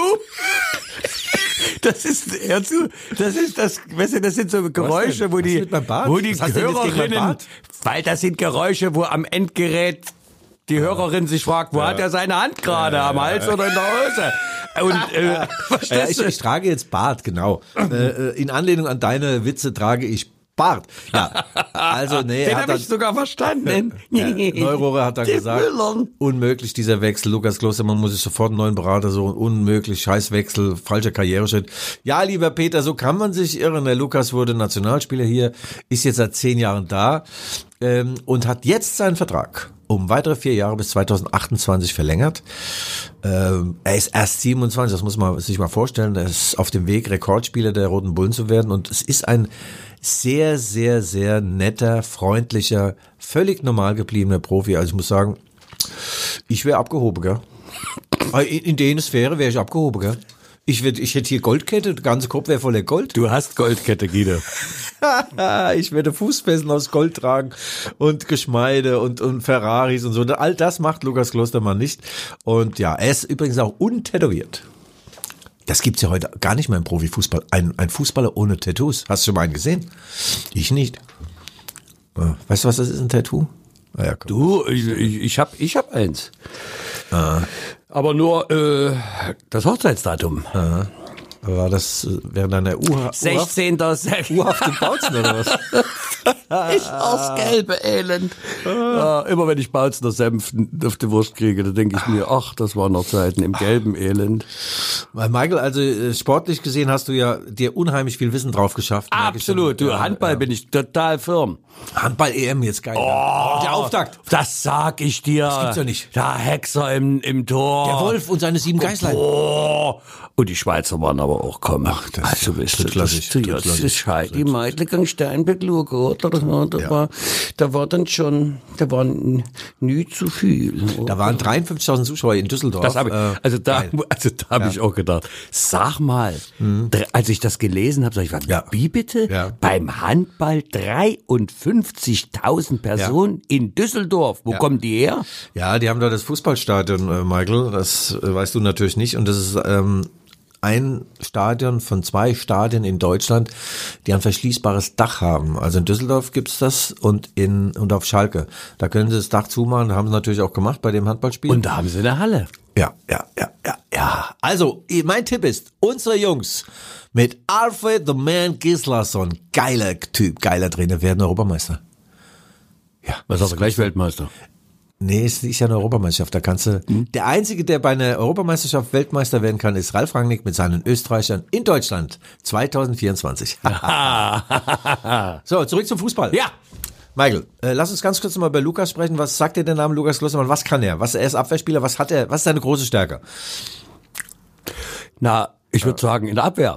Das ist, hör zu, das ist das, weißt du, das sind so Geräusche, wo die, wo die Hörerinnen, weil das sind Geräusche, wo am Endgerät die Hörerin sich fragt, wo ja. hat er seine Hand gerade, ja, am Hals ja. oder in der Hose? Und, äh, ja, ich, ich trage jetzt Bart, genau. äh, in Anlehnung an deine Witze trage ich Bart. Ja, also nee, den habe ich sogar verstanden. Äh, Neurohrer hat dann Den gesagt, Müllern. unmöglich dieser Wechsel. Lukas Klostermann muss sich sofort einen neuen Berater so unmöglich, Scheißwechsel, falscher Karriereschritt. Ja, lieber Peter, so kann man sich irren. Der Lukas wurde Nationalspieler hier, ist jetzt seit zehn Jahren da ähm, und hat jetzt seinen Vertrag um weitere vier Jahre bis zweitausendachtundzwanzig verlängert. Ähm, er ist erst siebenundzwanzig, das muss man sich mal vorstellen. Er ist auf dem Weg, Rekordspieler der Roten Bullen zu werden und es ist ein sehr, sehr, sehr netter, freundlicher, völlig normal gebliebener Profi. Also ich muss sagen, ich wäre abgehoben, gell? In, in der Sphäre wäre ich abgehoben, gell? Ich, würd, ich hätte hier Goldkette, der ganze Kopf wäre voller Gold. Du hast Goldkette, Guido. Ich werde Fußfesseln aus Gold tragen und Geschmeide und, und Ferraris und so. All das macht Lukas Klostermann nicht. Und ja, er ist übrigens auch untätowiert. Das gibt's ja heute gar nicht mehr im Profifußball. Ein, ein Fußballer ohne Tattoos. Hast du schon mal einen gesehen? Ich nicht. Weißt du, was das ist, ein Tattoo? Ah, ja, du, ich, ich, ich hab, ich hab eins. Ah. Aber nur äh, das Hochzeitsdatum. Aha. War das während deiner Urhaft? sechzehnter Urhaft in Bautzen oder was? Ich aus gelbe Elend. Ja, immer wenn ich Bautzener Senf auf die Wurst kriege, da denke ich mir, ach, das waren noch Zeiten im gelben Elend. Weil Michael, also sportlich gesehen hast du ja dir unheimlich viel Wissen drauf geschafft. Absolut, du, Handball ja. bin ich total firm. Handball-E M jetzt geil. Oh, der Auftakt. Das sag ich dir. Das gibt's ja nicht. Der Hexer im, im Tor. Der Wolf und seine sieben Geißlein. Oh. Und die Schweizer waren aber auch kommen. Ach, das also, ist weißt du, das, das ist Scheid. Die Meidlegang Steinbeck schauen, oder? Da, ja. war, da war dann schon, da war nie zu viel. Oder? Da waren dreiundfünfzigtausend Zuschauer in Düsseldorf. Das hab ich, also da, also da habe ja. ich auch gedacht, sag mal, mhm. als ich das gelesen habe, sag ich, was, ja. wie bitte? Ja. Beim Handball dreiundfünfzigtausend Personen ja. in Düsseldorf. Wo ja. kommen die her? Ja, die haben da das Fußballstadion, äh, Michael, das äh, weißt du natürlich nicht. Und das ist ähm, ein Stadion von zwei Stadien in Deutschland, die ein verschließbares Dach haben. Also in Düsseldorf gibt's das und in und auf Schalke. Da können sie das Dach zumachen, haben sie natürlich auch gemacht bei dem Handballspiel. Und da haben sie eine Halle. Ja, ja, ja, ja, ja. Also, mein Tipp ist, unsere Jungs mit Alfred the Man Gislason, geiler Typ, geiler Trainer, werden Europameister. Ja. Was ist er gleich Weltmeister? Nee, es ist ja eine Europameisterschaft, da kannst du, hm? Der Einzige, der bei einer Europameisterschaft Weltmeister werden kann, ist Ralf Rangnick mit seinen Österreichern in Deutschland zwanzig vierundzwanzig. So, zurück zum Fußball. Ja. Michael, äh, lass uns ganz kurz mal bei Lukas sprechen. Was sagt dir der Name Lukas Klostermann? Was kann er? Was, er ist Abwehrspieler. Was hat er? Was ist seine große Stärke? Na, ich würde sagen, in der Abwehr.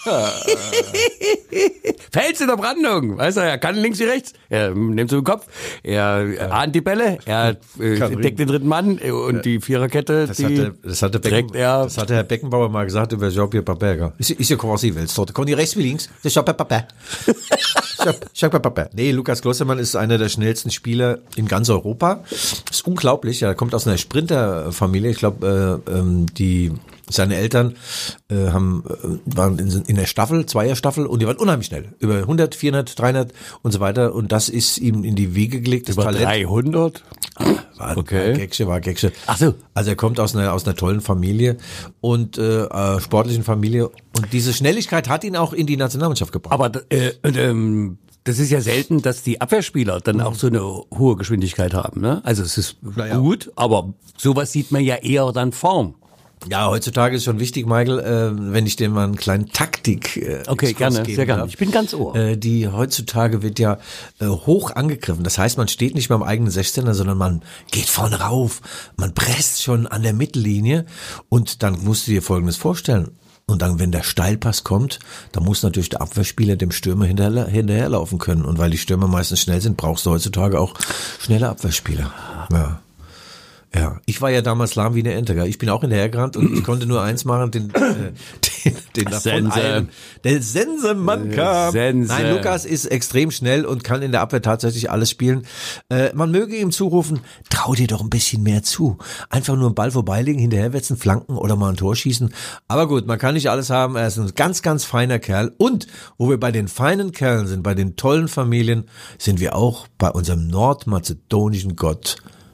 Fels in der Brandung, weißt du, er kann links wie rechts, er nimmt so den Kopf, er ja. ahnt die Bälle, er äh, deckt den dritten Mann und ja. die Viererkette, das die hatte, das hatte Becken, trägt er. Das hatte Herr Beckenbauer mal gesagt über Jean-Pierre Papin. Ist, ist ja quasi Weltsorte. Kommt die rechts wie links? Das ist Jean-Pierre Papin. Jean-Pierre Papin. Nee, Lukas Klostermann ist einer der schnellsten Spieler in ganz Europa. Das ist unglaublich, er kommt aus einer Sprinterfamilie, ich glaube, äh, ähm, die seine Eltern äh, haben, äh, waren in, in der Staffel, Zweierstaffel, und die waren unheimlich schnell. Über hundert, vierhundert, dreihundert und so weiter. Und das ist ihm in die Wiege gelegt, das Über Talent. dreihundert? War, okay. war Gecksche, war Gecksche. Ach so. Also er kommt aus einer, aus einer tollen Familie und äh, äh, sportlichen Familie. Und diese Schnelligkeit hat ihn auch in die Nationalmannschaft gebracht. Aber äh, ähm, das ist ja selten, dass die Abwehrspieler dann auch so eine hohe Geschwindigkeit haben. Ne? Also es ist naja. gut, aber sowas sieht man ja eher dann vorn. Ja, heutzutage ist schon wichtig, Michael, äh, wenn ich dir mal einen kleinen Taktik äh, Okay, gerne, geben sehr gerne. darf. Ich bin ganz ohr. Äh, die heutzutage wird ja äh, hoch angegriffen. Das heißt, man steht nicht mehr am eigenen sechzehner, sondern man geht vorne rauf, man presst schon an der Mittellinie und dann musst du dir Folgendes vorstellen. Und dann, wenn der Steilpass kommt, dann muss natürlich der Abwehrspieler dem Stürmer hinterher, hinterherlaufen können. Und weil die Stürmer meistens schnell sind, brauchst du heutzutage auch schnelle Abwehrspieler. Ja. Ja, ich war ja damals lahm wie eine Ente, gell? Ich bin auch hinterhergerannt und ich konnte nur eins machen, den, äh, den, den davon eilen. Der Sensemann kam. Sense. Nein, Lukas ist extrem schnell und kann in der Abwehr tatsächlich alles spielen. Äh, man möge ihm zurufen, trau dir doch ein bisschen mehr zu. Einfach nur einen Ball vorbeilegen, hinterherwetzen, flanken oder mal ein Tor schießen. Aber gut, man kann nicht alles haben. Er ist ein ganz, ganz feiner Kerl. Und wo wir bei den feinen Kerlen sind, bei den tollen Familien, sind wir auch bei unserem nordmazedonischen Gott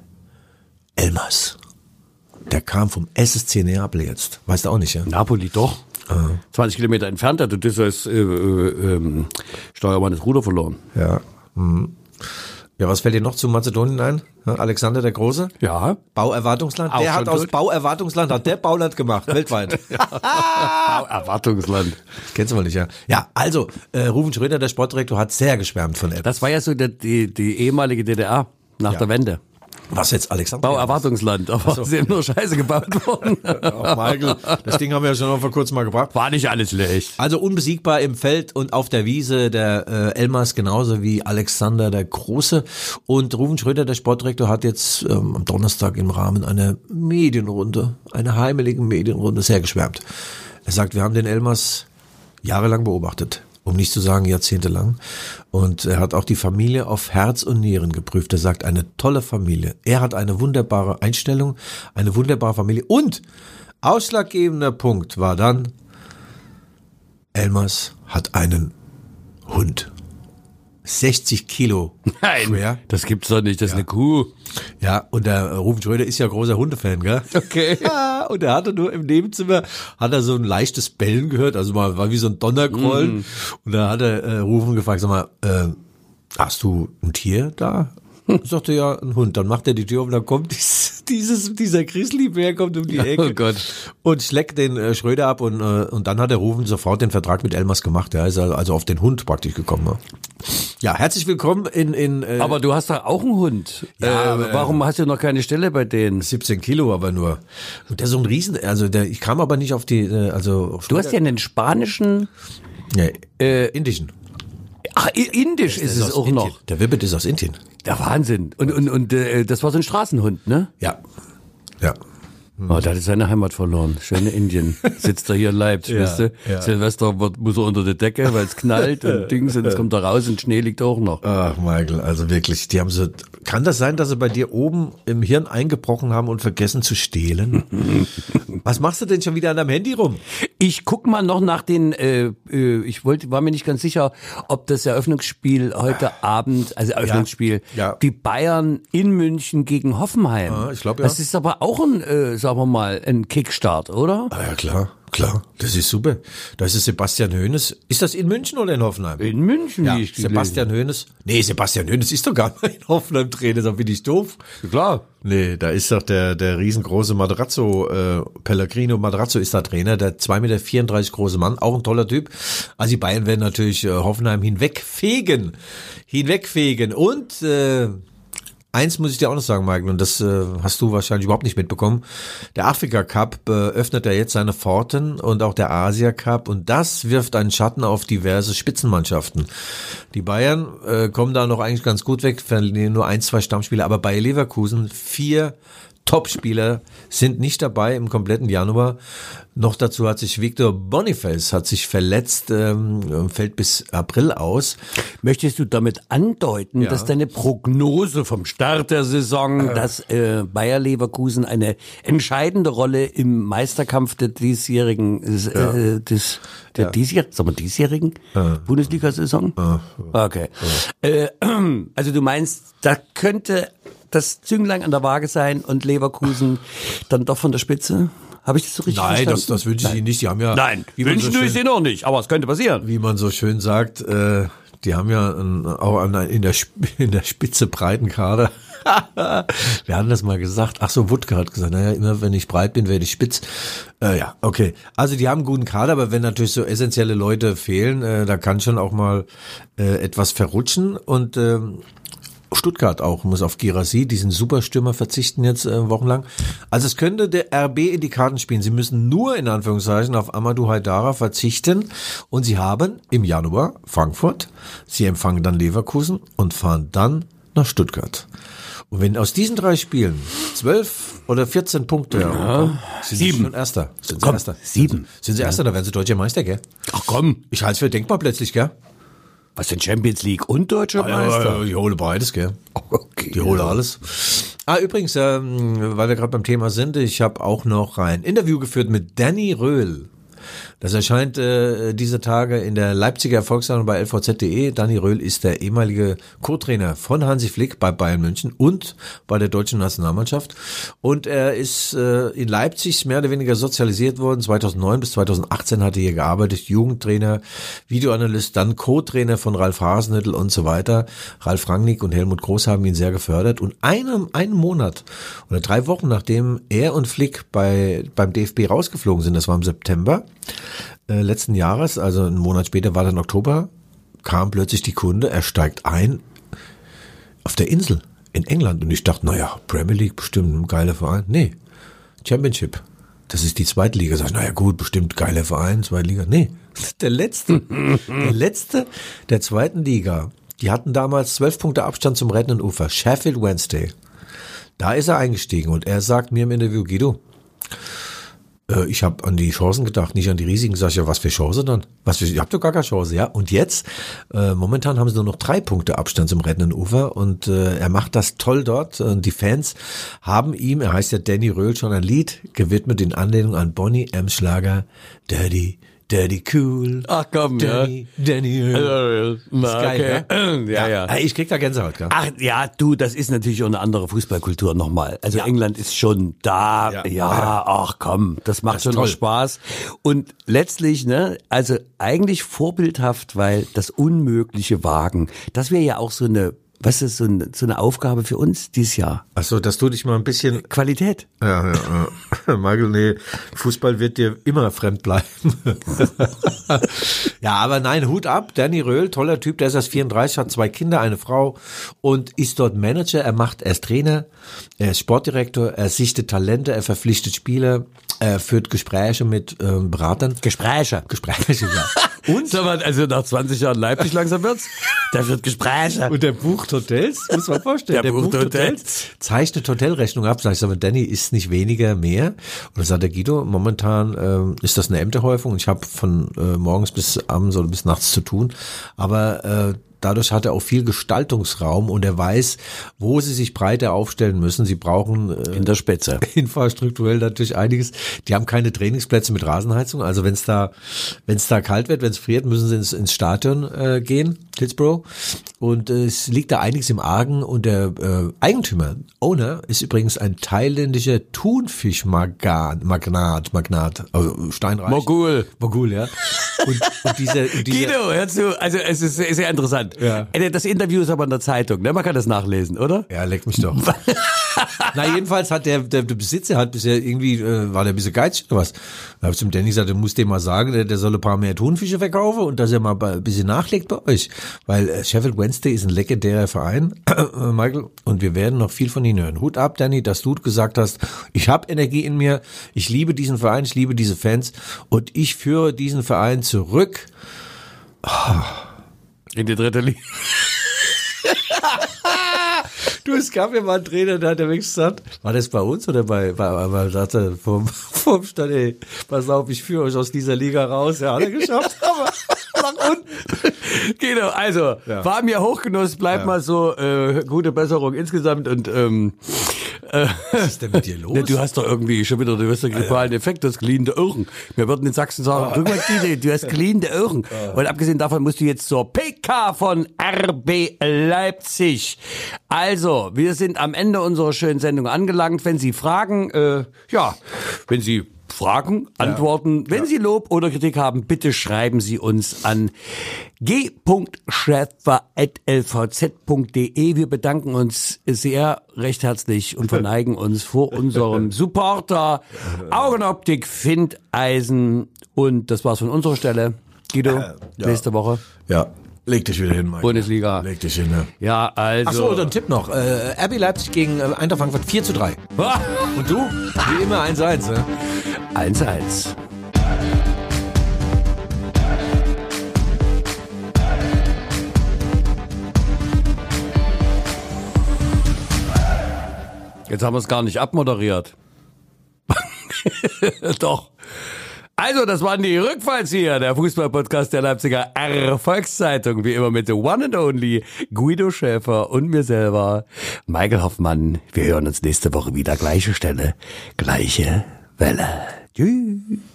Elmas. Der kam vom S S C Neapel jetzt. Weißt du auch nicht, ja? Napoli doch. Ah. zwanzig Kilometer entfernt hat und das als äh, äh, ähm, Steuermann das Ruder verloren. Ja. Mhm. Ja, was fällt dir noch zu Mazedonien ein? Alexander der Große? Ja. Bauerwartungsland? Auch der hat aus gut. Bauerwartungsland, hat der Bauland gemacht, weltweit. Bauerwartungsland. Kennst du wohl nicht, ja? Ja, also, äh, Ruven Schröder, der Sportdirektor, hat sehr geschwärmt von Elmas. Das war ja so der, die, die ehemalige D D R nach Ja. der Wende. Was jetzt, Alexander? Bauerwartungsland, aber so. es ist nur Scheiße gebaut worden. Ach, Michael, das Ding haben wir ja schon noch vor kurzem mal gebracht. War nicht alles schlecht. Also unbesiegbar im Feld und auf der Wiese der äh, Elmas genauso wie Alexander der Große. Und Ruven Schröder, der Sportdirektor, hat jetzt ähm, am Donnerstag im Rahmen einer Medienrunde, einer heimeligen Medienrunde, sehr geschwärmt. Er sagt, wir haben den Elmas jahrelang beobachtet, um nicht zu sagen jahrzehntelang. Und er hat auch die Familie auf Herz und Nieren geprüft. Er sagt, eine tolle Familie. Er hat eine wunderbare Einstellung, eine wunderbare Familie. Und ausschlaggebender Punkt war dann, Elmas hat einen Hund. sechzig Kilo Nein, schwer. das gibt's doch nicht, das ist eine Kuh. Ja, und der Ruven Schröder ist ja großer Hundefan, gell? Okay. Ja, und er hatte nur im Nebenzimmer, hat er so ein leichtes Bellen gehört, also mal war wie so ein Donnergrollen. Mm. Und da hat er äh, Ruven gefragt, sag mal, äh, hast du ein Tier da? Hm. Sagte ja, ein Hund. Dann macht er die Tür auf und dann kommt dieses, dieses dieser Grizzlybär kommt um die Ecke Oh Gott. und schlägt den äh, Schröder ab und äh, und dann hat der Ruven sofort den Vertrag mit Elmas gemacht. Er ist also auf den Hund praktisch gekommen. Ne? Ja, herzlich willkommen in in. Äh, Aber du hast da auch einen Hund. Ja, äh, warum hast du noch keine Stelle bei denen? siebzehn Kilo aber nur. Und der ist so ein Riesen, also der, ich kam aber nicht auf die, äh, also auf Du hast ja einen spanischen, nee, äh, indischen. ach, indisch ist es aus auch Indien. noch. Der Wibbit ist aus Indien. Der Wahnsinn. Und, und, und äh, das war so ein Straßenhund, ne? Ja, ja. Oh, der hat seine Heimat verloren. Schöne Indien. Sitzt er hier in Leipzig, Ja, weißt du? ja. Silvester wird, muss er unter die Decke, weil es knallt und Dings und jetzt kommt er raus und Schnee liegt auch noch. Ach, Michael, also wirklich, die haben so, kann das sein, dass sie bei dir oben im Hirn eingebrochen haben und vergessen zu stehlen? Was machst du denn schon wieder an deinem Handy rum? Ich guck mal noch nach den, äh, äh, ich wollte, war mir nicht ganz sicher, ob das Eröffnungsspiel heute Abend, also Eröffnungsspiel, Ja, ja. die Bayern in München gegen Hoffenheim. Ja, ich glaub, ja. Das ist aber auch ein, äh, sagen wir mal, ein Kickstart, oder? Ah, ja, klar, klar. Das ist super. Da ist es Sebastian Hoeneß. Ist das in München oder in Hoffenheim? In München, Ja, wie ich Sebastian Hoeneß. Nee, Sebastian Hoeneß ist doch gar nicht in Hoffenheim Trainer, da bin ich doof. gelesen. Klar. Nee, da ist doch der, der riesengroße Materazzo, äh, Pellegrino Materazzo ist da Trainer, der zwei Meter vierunddreißig große Mann, auch ein toller Typ. Also die Bayern werden natürlich äh, Hoffenheim hinwegfegen. Hinwegfegen. Und, äh, eins muss ich dir auch noch sagen, Michael, und das äh, hast du wahrscheinlich überhaupt nicht mitbekommen. Der Afrika Cup äh, öffnet ja jetzt seine Pforten und auch der Asia Cup und das wirft einen Schatten auf diverse Spitzenmannschaften. Die Bayern äh, kommen da noch eigentlich ganz gut weg, verlieren nur ein, zwei Stammspieler, aber Bayer Leverkusen vier Topspieler sind nicht dabei im kompletten Januar. Noch dazu hat sich Victor Boniface hat sich verletzt, ähm, fällt bis April aus. Möchtest du damit andeuten, Ja. dass deine Prognose vom Start der Saison, äh. dass äh, Bayer Leverkusen eine entscheidende Rolle im Meisterkampf der diesjährigen, äh, des, der Ja. diesjährigen, sagen wir diesjährigen Bundesliga-Saison? Okay. Äh, also du meinst, da könnte das Zünglein an der Waage sein und Leverkusen dann doch von der Spitze? Habe ich das so richtig Nein, verstanden? das, das wünsche ich Ihnen nicht. Die haben ja, Nein, wie man wünschen so tue ich schön- sie noch nicht, aber es könnte passieren. wie man so schön sagt, äh, die haben ja ein, auch an, in, der, Sp- in der Spitze breiten Kader. Wir hatten das mal gesagt. Ach so, Wutke hat gesagt, naja, immer wenn ich breit bin, werde ich spitz. Äh, ja, okay. Also die haben einen guten Kader, aber wenn natürlich so essentielle Leute fehlen, äh, da kann schon auch mal äh, etwas verrutschen. Und ähm, Stuttgart auch muss auf Girassi, diesen Superstürmer, verzichten jetzt äh, wochenlang. Also es könnte der R B in die Karten spielen. Sie müssen nur in Anführungszeichen auf Amadou Haidara verzichten und sie haben im Januar Frankfurt, sie empfangen dann Leverkusen und fahren dann nach Stuttgart. Und wenn aus diesen drei Spielen zwölf oder vierzehn Punkte ja, sind Sieben. sie schon Erster. Sind sie Komm, Erster. sieben. Sind sie Erster, dann werden sie Deutscher Meister, gell? Ach komm, Ich halte es für denkbar plötzlich, gell? was denn Champions League und Deutscher Meister? Ja, ich hole beides, gell? Okay. Die hole alles. Ah, übrigens, ähm, weil wir gerade beim Thema sind, ich habe auch noch ein Interview geführt mit Danny Röhl. Das erscheint äh, diese Tage in der Leipziger Erfolgssammlung bei L V Z punkt de. Danny Röhl ist der ehemalige Co-Trainer von Hansi Flick bei Bayern München und bei der deutschen Nationalmannschaft. Und er ist äh, in Leipzig mehr oder weniger sozialisiert worden. zweitausendneun bis zweitausendachtzehn hat er hier gearbeitet. Jugendtrainer, Videoanalyst, dann Co-Trainer von Ralf Hasenhüttl und so weiter. Ralf Rangnick und Helmut Groß haben ihn sehr gefördert. Und einem, einen Monat oder drei Wochen, nachdem er und Flick bei beim D F B rausgeflogen sind, das war im September, Äh, letzten Jahres, also einen Monat später war dann Oktober, kam plötzlich die Kunde, er steigt ein auf der Insel in England und ich dachte, naja, Premier League bestimmt ein geiler Verein. Nee, Championship, das ist die zweite Liga. Sag ich, naja gut, bestimmt geiler Verein, zweite Liga. Nee, der letzte, der letzte der zweiten Liga. Die hatten damals zwölf Punkte Abstand zum rettenden Ufer, Sheffield Wednesday. Da ist er eingestiegen und er sagt mir im Interview, Guido, ich habe an die Chancen gedacht, nicht an die Risiken. Sag ich, ja, was für Chance dann? Was für, ihr habt doch gar keine Chance, ja? Und jetzt, äh, momentan haben sie nur noch drei Punkte Abstand zum rettenden Ufer und äh, er macht das toll dort. Und die Fans haben ihm, er heißt ja Danny Röhl, schon ein Lied gewidmet in Anlehnung an Bonnie M. Schlager, Daddy, Daddy Cool. Ach komm, Danny, ja. Danny Röhl. Na, Ist geil, okay. Ja, ja. Ey, ich krieg da Gänsehaut, gell? Ach ja, du, das ist natürlich auch eine andere Fußballkultur nochmal. Also England ist schon da, Ja. ja, ach komm, das macht Das ist schon noch toll. Spaß. Und letztlich, ne, also eigentlich vorbildhaft, weil das Unmögliche wagen, das wäre ja auch so eine, was ist so eine, so eine Aufgabe für uns dieses Jahr. Ach so, dass du dich mal ein bisschen Qualität. Ja, ja, ja. Michael, nee, Fußball wird dir immer fremd bleiben. Ja, aber nein, Hut ab, Danny Röhl, toller Typ, der ist erst vierunddreißig, hat zwei Kinder, eine Frau und ist dort Manager, er macht, er ist Trainer, er ist Sportdirektor, er sichtet Talente, er verpflichtet Spieler, er führt Gespräche mit ähm, Beratern. Gespräche. Gespräche, ja. Und? Also nach zwanzig Jahren Leipzig langsam wird's, da wird Gespräche. Und der bucht Hotels, muss man vorstellen. Der bucht Hotels. Zeichnet Hotelrechnung ab. Sag ich, aber Danny, ist nicht weniger mehr. Und dann sagt der Guido, momentan ähm, ist das eine Ämterhäufung. Ich habe von äh, morgens bis abends oder bis nachts zu tun. Aber äh, dadurch hat er auch viel Gestaltungsraum und er weiß, wo sie sich breiter aufstellen müssen. Sie brauchen äh, in der Spitze infrastrukturell natürlich einiges. Die haben keine Trainingsplätze mit Rasenheizung. Also wenn es da, wenn es da kalt wird, wenn es friert, müssen sie ins, ins Stadion äh, gehen, Hillsborough. Und äh, es liegt da einiges im Argen. Und der äh, Eigentümer, Owner, ist übrigens ein thailändischer Thunfischmagnat, Magnat, Magnat, also steinreich. Mogul. Mogul, ja. Und, und dieser, und dieser Guido, hör zu, also es ist sehr, sehr interessant. Ja. Das Interview ist aber in der Zeitung, ne? Man kann das nachlesen, oder? Ja, leck mich doch. Na, jedenfalls hat der, der, der Besitzer hat bisher irgendwie, äh, war der ein bisschen geizig oder was? Da habe ich zum Danny gesagt, du musst dem mal sagen, der, der soll ein paar mehr Thunfische verkaufen und dass er mal ein bisschen nachlegt bei euch. Weil äh, Sheffield Wednesday ist ein legendärer Verein, äh, Michael, und wir werden noch viel von Ihnen hören. Hut ab, Danny, dass du gesagt hast, ich habe Energie in mir, ich liebe diesen Verein, ich liebe diese Fans und ich führe diesen Verein zurück. Oh. In die dritte Liga. Du, es gab ja mal einen Trainer, der hat ja wirklich gesagt, war das bei uns oder bei, bei, bei sagt er vom, vom Stand, ey, pass auf, ich führe euch aus dieser Liga raus. Ja, hat er geschafft, aber nach unten. Genau, also, ja. War mir Hochgenuss, bleib ja. mal so, äh, gute Besserung insgesamt und, ähm, äh, was ist denn mit dir los? Ne, du hast doch irgendwie schon wieder, du hast den grippalen Effekt, du hast geliehene Ohren. Wir würden in Sachsen sagen, oh. mal, Guido, du hast geliehene Ohren. Oh. Und abgesehen davon musst du jetzt zur P K von R B Leipzig. Also, wir sind am Ende unserer schönen Sendung angelangt. Wenn Sie Fragen, äh, ja, wenn Sie Fragen, Antworten, ja. wenn ja. Sie Lob oder Kritik haben, bitte schreiben Sie uns an g punkt schäfer at l v z punkt d e. Wir bedanken uns sehr recht herzlich und verneigen uns vor unserem Supporter Augenoptik Findeisen. Und das war's von unserer Stelle. Guido, ja. nächste Woche. Ja. Leg dich wieder hin, Mike. Bundesliga. Leg dich hin, ne? Ja, also. Ach so, dann Tipp noch. Äh, R B Leipzig gegen äh, Eintracht Frankfurt vier zu drei. Und du? Wie immer eins eins, ne? eins eins. Jetzt haben wir es gar nicht abmoderiert. Doch. Also, das waren die Rückfallzieher, der Fußballpodcast der Leipziger Erfolgszeitung. Wie immer mit the one and only Guido Schäfer und mir selber, Michael Hoffmann. Wir hören uns nächste Woche wieder. Gleiche Stelle, gleiche Welle. Tschüss.